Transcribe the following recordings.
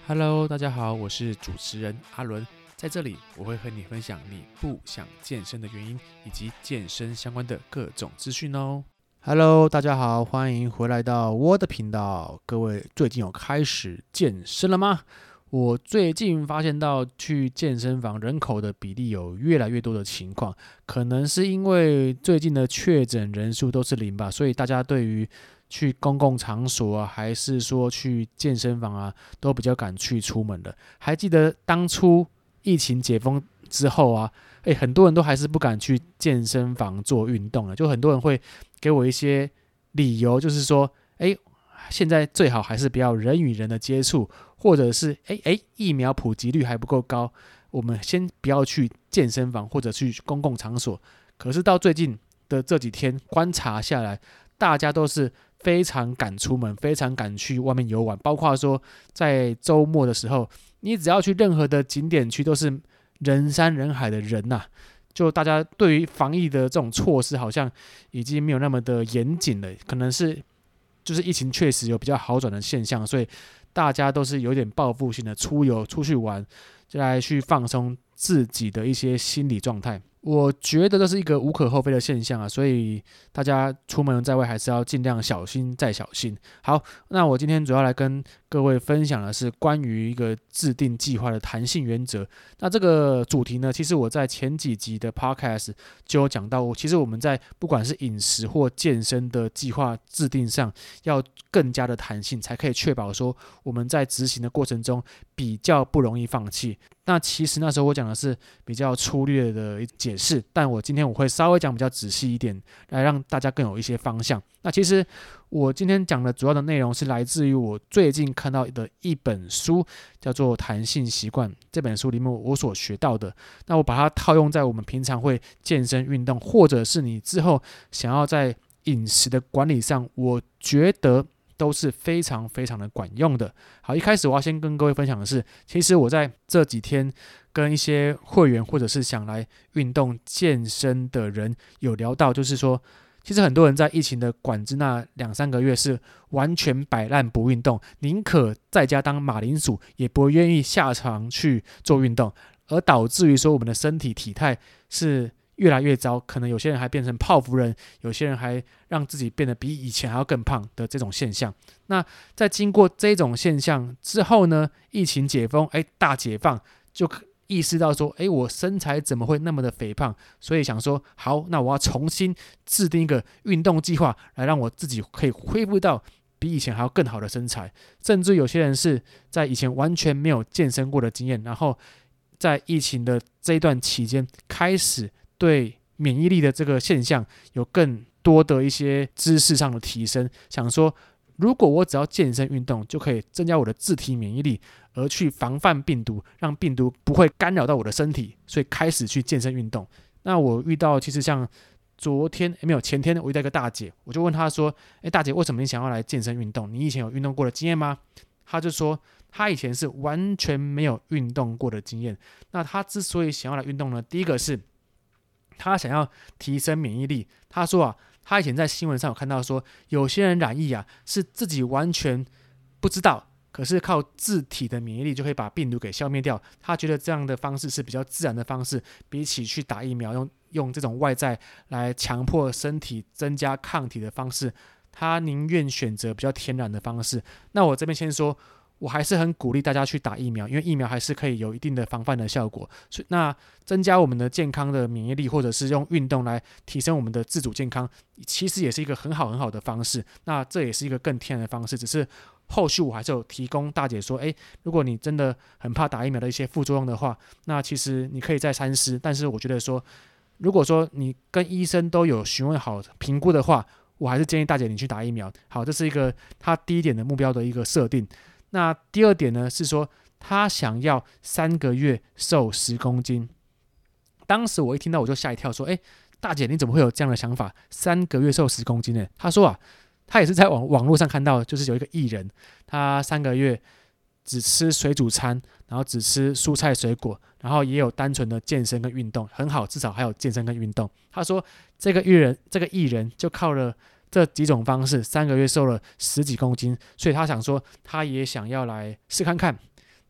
Hello， 大家好，我是主持人阿伦，在这里我会和你分享你不想健身的原因，以及健身相关的各种资讯哦。Hello， 大家好，欢迎回来到我的频道。各位最近有开始健身了吗？我最近发现到去健身房人口的比例有越来越多的情况，可能是因为最近的确诊人数都是0吧，所以大家对于去公共场所啊，还是说去健身房啊，都比较敢去出门了。还记得当初疫情解封之后啊，很多人都还是不敢去健身房做运动了，就很多人会给我一些理由，就是说，现在最好还是不要人与人的接触，或者是疫苗普及率还不够高，我们先不要去健身房或者去公共场所。可是到最近的这几天观察下来，大家都是非常敢出门，非常敢去外面游玩，包括说在周末的时候，你只要去任何的景点区，都是人山人海的人呐、就大家对于防疫的这种措施，好像已经没有那么的严谨了，可能是就是疫情确实有比较好转的现象，所以大家都是有点报复性的出游、出去玩，就来去放松自己的一些心理状态。我觉得这是一个无可厚非的现象啊，所以大家出门在外还是要尽量小心再小心。好，那我今天主要来跟各位分享的是关于一个制定计划的弹性原则。那这个主题呢，其实我在前几集的 podcast 就有讲到，其实我们在不管是饮食或健身的计划制定上，要更加的弹性，才可以确保说我们在执行的过程中比较不容易放弃。那其实那时候我讲的是比较粗略的解释，但今天我会稍微讲比较仔细一点，来让大家更有一些方向。那其实我今天讲的主要的内容是来自于我最近看到的一本书，叫做《弹性习惯》。这本书里面我所学到的，那我把它套用在我们平常会健身运动，或者是你之后想要在饮食的管理上，我觉得都是非常非常的管用的。好，一开始我要先跟各位分享的是，其实我在这几天跟一些会员或者是想来运动健身的人有聊到，就是说，其实很多人在疫情的管制那2-3个月是完全摆烂不运动，宁可在家当马铃薯，也不愿意下场去做运动，而导致于说我们的身体体态是越来越糟，可能有些人还变成泡芙人，有些人还让自己变得比以前还要更胖的这种现象。那在经过这种现象之后呢，疫情解封，大解放，就意识到说，我身材怎么会那么的肥胖？所以想说，好，那我要重新制定一个运动计划，来让我自己可以恢复到比以前还要更好的身材。甚至有些人是在以前完全没有健身过的经验，然后在疫情的这一段期间，开始对免疫力的这个现象有更多的一些知识上的提升，想说如果我只要健身运动就可以增加我的自体免疫力，而去防范病毒，让病毒不会干扰到我的身体，所以开始去健身运动。那我遇到其实像前天我遇到一个大姐，我就问她说，大姐，为什么你想要来健身运动？你以前有运动过的经验吗？她就说她以前是完全没有运动过的经验。那她之所以想要来运动呢，第一个是他想要提升免疫力。他说啊，他以前在新闻上有看到说，有些人染疫啊，是自己完全不知道，可是靠自体的免疫力就可以把病毒给消灭掉。他觉得这样的方式是比较自然的方式，比起去打疫苗用这种外在来强迫身体增加抗体的方式，他宁愿选择比较天然的方式。那我这边先说，我还是很鼓励大家去打疫苗，因为疫苗还是可以有一定的防范的效果。所以那增加我们的健康的免疫力，或者是用运动来提升我们的自主健康，其实也是一个很好的方式。那这也是一个更天然的方式，只是后续我还是有提供大姐说，如果你真的很怕打疫苗的一些副作用的话，那其实你可以再三思。但是我觉得说，如果说你跟医生都有询问好评估的话，我还是建议大姐你去打疫苗。好，这是一个他第一点的目标的一个设定。那第二点呢，是说他想要3个月瘦10公斤。当时我一听到我就吓一跳，说：“大姐你怎么会有这样的想法？3个月瘦10公斤呢？”他说啊，他也是在网络上看到，就是有一个艺人，他3个月只吃水煮餐，然后只吃蔬菜水果，然后也有单纯的健身跟运动，很好，至少还有健身跟运动。他说这个艺人就靠了这几种方式，3个月瘦了10几公斤，所以他想说他也想要来试看看。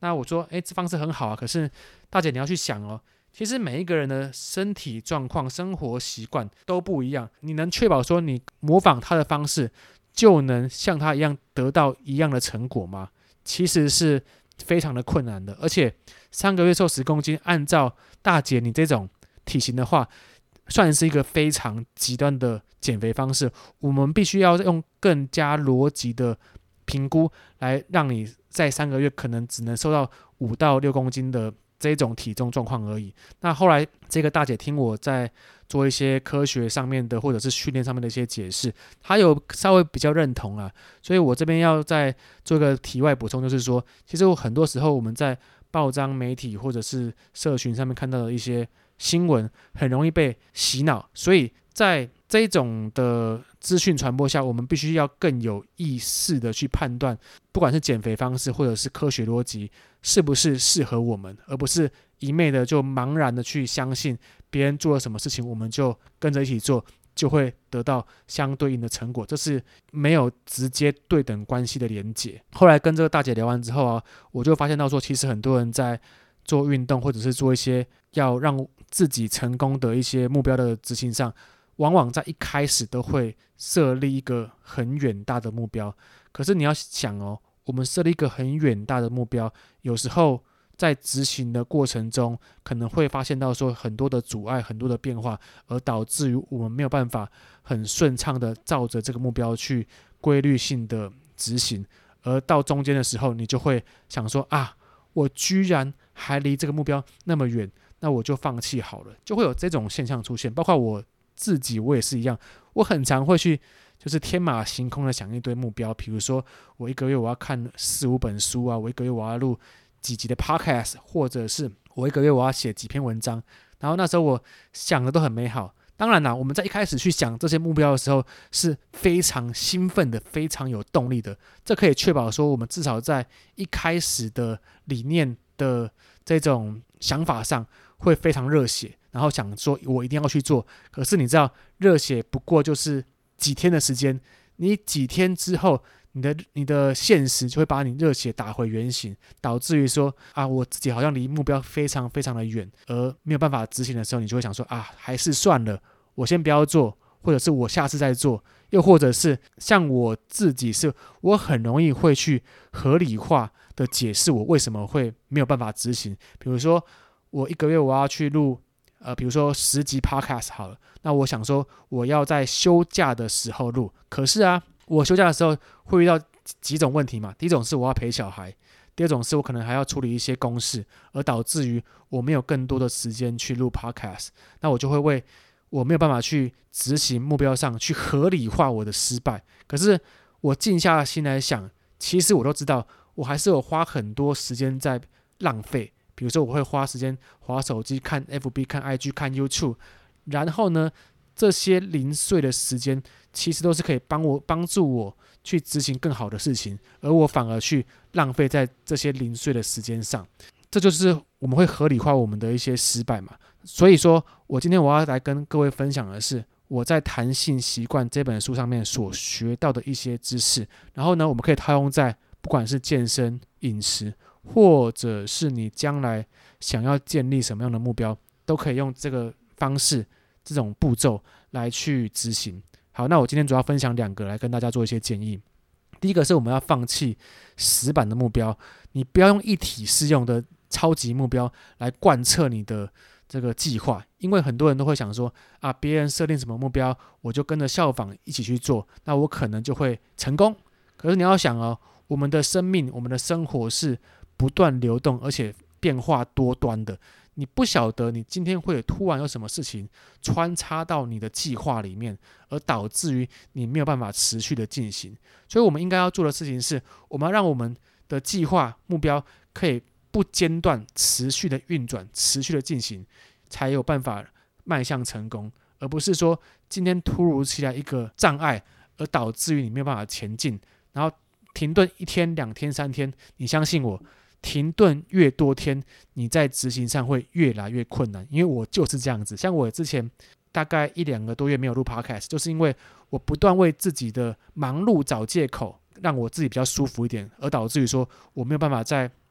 那我说，这方式很好啊，可是大姐你要去想哦，其实每一个人的身体状况、生活习惯都不一样，你能确保说你模仿他的方式就能像他一样得到一样的成果吗？其实是非常的困难的，而且3个月瘦10公斤，按照大姐你这种体型的话，算是一个非常极端的减肥方式。我们必须要用更加逻辑的评估来让你在3个月可能只能瘦到5到6公斤的这种体重状况而已。那后来这个大姐听我在做一些科学上面的或者是训练上面的一些解释，她有稍微比较认同啊，所以我这边要再做一个题外补充，就是说，其实很多时候我们在报章媒体或者是社群上面看到的一些新闻，很容易被洗脑，所以在这种的资讯传播下，我们必须要更有意识的去判断，不管是减肥方式或者是科学逻辑是不是适合我们，而不是一昧的就茫然的去相信别人做了什么事情，我们就跟着一起做，就会得到相对应的成果，这是没有直接对等关系的连结。后来跟这个大姐聊完之后啊，我就发现到说，其实很多人在做运动或者是做一些要让自己成功的一些目标的执行上，往往在一开始都会设立一个很远大的目标。可是你要想哦，我们设立一个很远大的目标，有时候在执行的过程中，可能会发现到说很多的阻碍、很多的变化，而导致于我们没有办法很顺畅的照着这个目标去规律性的执行。而到中间的时候，你就会想说啊，我居然还离这个目标那么远，那我就放弃好了，就会有这种现象出现。包括我自己，我也是一样，我很常会去就是天马行空的想一堆目标，比如说我1个月我要看4、5本书啊，我1个月我要录几集的 podcast， 或者是我1个月我要写几篇文章，然后那时候我想的都很美好。当然啦，我们在一开始去想这些目标的时候是非常兴奋的，非常有动力的，这可以确保说我们至少在一开始的理念的这种想法上会非常热血，然后想说我一定要去做。可是你知道，热血不过就是几天的时间，你几天之后，你的现实就会把你热血打回原形，导致于说啊，我自己好像离目标非常非常的远，而没有办法执行的时候，你就会想说啊，还是算了，我先不要做，或者是我下次再做。又或者是像我自己我很容易会去合理化的解释我为什么会没有办法执行。比如说我1个月我要去录比如说10集 podcast 好了，那我想说我要在休假的时候录，可是啊，我休假的时候会遇到几种问题嘛。第一种是我要陪小孩，第二种是我可能还要处理一些公事，而导致于我没有更多的时间去录 podcast， 那我就会为我没有办法去执行目标上去合理化我的失败。可是我静下心来想，其实我都知道我还是有花很多时间在浪费。比如说我会花时间滑手机，看 FB 看 IG 看 YouTube， 然后呢这些零碎的时间其实都是可以帮助我去执行更好的事情，而我反而去浪费在这些零碎的时间上。这就是我们会合理化我们的一些失败嘛。所以说我今天我要来跟各位分享的是我在《弹性习惯》这本书上面所学到的一些知识，然后呢我们可以套用在不管是健身、饮食，或者是你将来想要建立什么样的目标，都可以用这个方式这种步骤来去执行。好，那我今天主要分享2个来跟大家做一些建议。第一个是我们要放弃死板的目标，你不要用一体适用的超级目标来贯彻你的这个计划，因为很多人都会想说啊，别人设定什么目标，我就跟着效仿一起去做，那我可能就会成功。可是你要想哦，我们的生命、我们的生活是不断流动而且变化多端的，你不晓得你今天会突然有什么事情穿插到你的计划里面，而导致于你没有办法持续的进行。所以我们应该要做的事情是，我们要让我们的计划目标可以不间断持续的运转，持续的进行，才有办法迈向成功，而不是说今天突如其来一个障碍，而导致于你没有办法前进，然后停顿1天、2天、3天，你相信我，停顿越多天，你在执行上会越来越困难。因为我就是这样子，像我之前大概1、2个多月没有录 podcast， 就是因为我不断为自己的忙碌找借口，让我自己比较舒服一点，而导致于说我没有办法在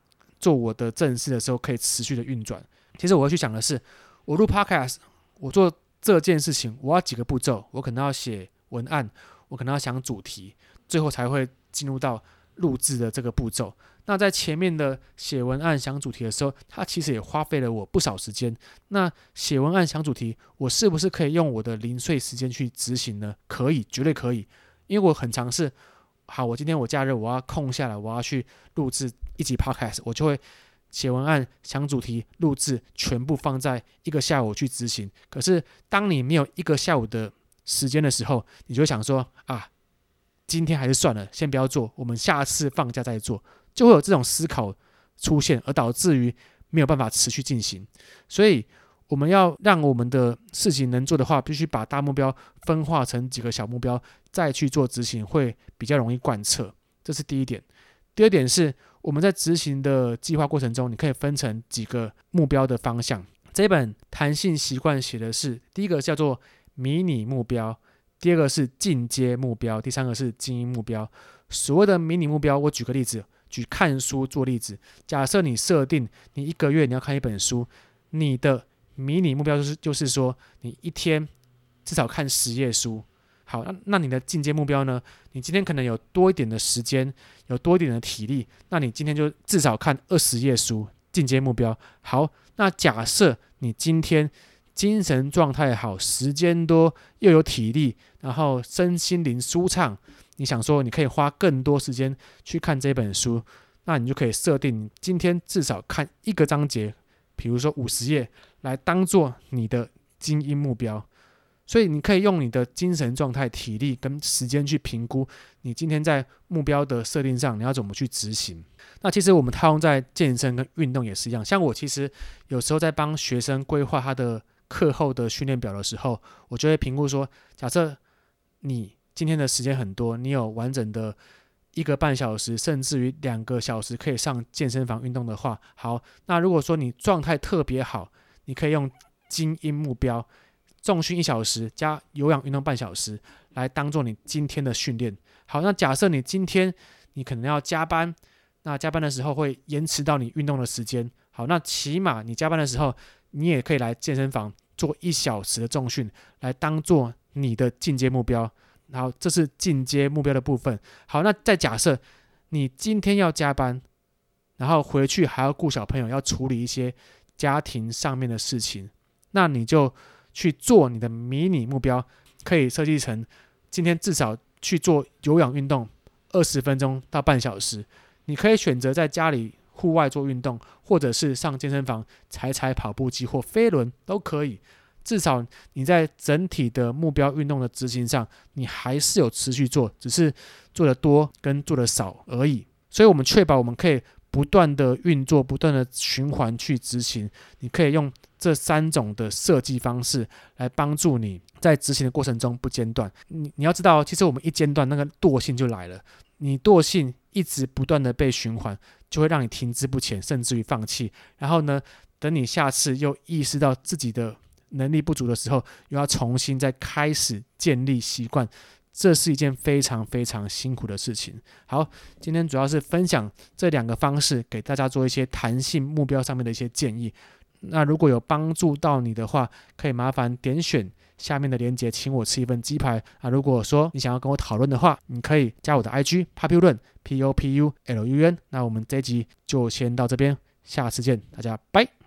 做我的正事的时候可以持续的运转。其实我会去想的是，我录 podcast， 我做这件事情，我要几个步骤，我可能要写文案，我可能要想主题，最后才会进入到录制的这个步骤。那在前面的写文案想主题的时候，它其实也花费了我不少时间。那写文案想主题，我是不是可以用我的零碎时间去执行呢？可以，绝对可以。因为我很尝试，好，我今天我假日我要空下来，我要去录制一集 podcast， 我就会写文案想主题录制，全部放在一个下午去执行。可是当你没有一个下午的时间的时候，你就会想说啊，今天还是算了，先不要做，我们下次放假再做，就会有这种思考出现，而导致于没有办法持续进行。所以我们要让我们的事情能做的话，必须把大目标分化成几个小目标，再去做执行，会比较容易贯彻。这是第一点。第二点是，我们在执行的计划过程中，你可以分成几个目标的方向。这本弹性习惯写的是，第一个叫做迷你目标，第二个是进阶目标，第三个是精英目标。所谓的迷你目标，我举个例子，举看书做例子。假设你设定你1个月你要看一本书，你的迷你目标就是说，你一天至少看10页书。好，那你的进阶目标呢？你今天可能有多一点的时间，有多一点的体力，那你今天就至少看20页书，进阶目标。好，那假设你今天精神状态好，时间多，又有体力，然后身心灵舒畅，你想说你可以花更多时间去看这本书，那你就可以设定今天至少看一个章节，比如说50页，来当做你的精英目标。所以你可以用你的精神状态、体力跟时间去评估你今天在目标的设定上你要怎么去执行。那其实我们套用在健身跟运动也是一样，像我其实有时候在帮学生规划他的课后的训练表的时候，我就会评估说，假设你今天的时间很多，你有完整的1个半小时甚至于2个小时可以上健身房运动的话，好，那如果说你状态特别好，你可以用精英目标，重训1小时加有氧运动半小时来当做你今天的训练。好，那假设你今天你可能要加班，那加班的时候会延迟到你运动的时间。好，那起码你加班的时候，你也可以来健身房做1小时的重训，来当做你的进阶目标。好，这是进阶目标的部分。好，那再假设你今天要加班，然后回去还要顾小朋友，要处理一些家庭上面的事情，那你就去做你的迷你目标，可以设计成今天至少去做有氧运动20分钟到半小时。你可以选择在家里户外做运动，或者是上健身房踩跑步机或飞轮都可以。至少你在整体的目标运动的执行上，你还是有持续做，只是做的多跟做的少而已。所以我们确保我们可以不断的运作，不断的循环去执行。你可以用这3种的设计方式来帮助你在执行的过程中不间断。你要知道，其实我们一间断，那个惰性就来了。你惰性一直不断的被循环，就会让你停滞不前，甚至于放弃。然后呢，等你下次又意识到自己的能力不足的时候，又要重新再开始建立习惯，这是一件非常非常辛苦的事情。好，今天主要是分享这2个方式，给大家做一些弹性目标上面的一些建议。那如果有帮助到你的话，可以麻烦点选下面的链接，请我吃一份鸡排啊！如果说你想要跟我讨论的话，你可以加我的 IG Populun POPULUN。那我们这一集就先到这边，下次见，大家拜。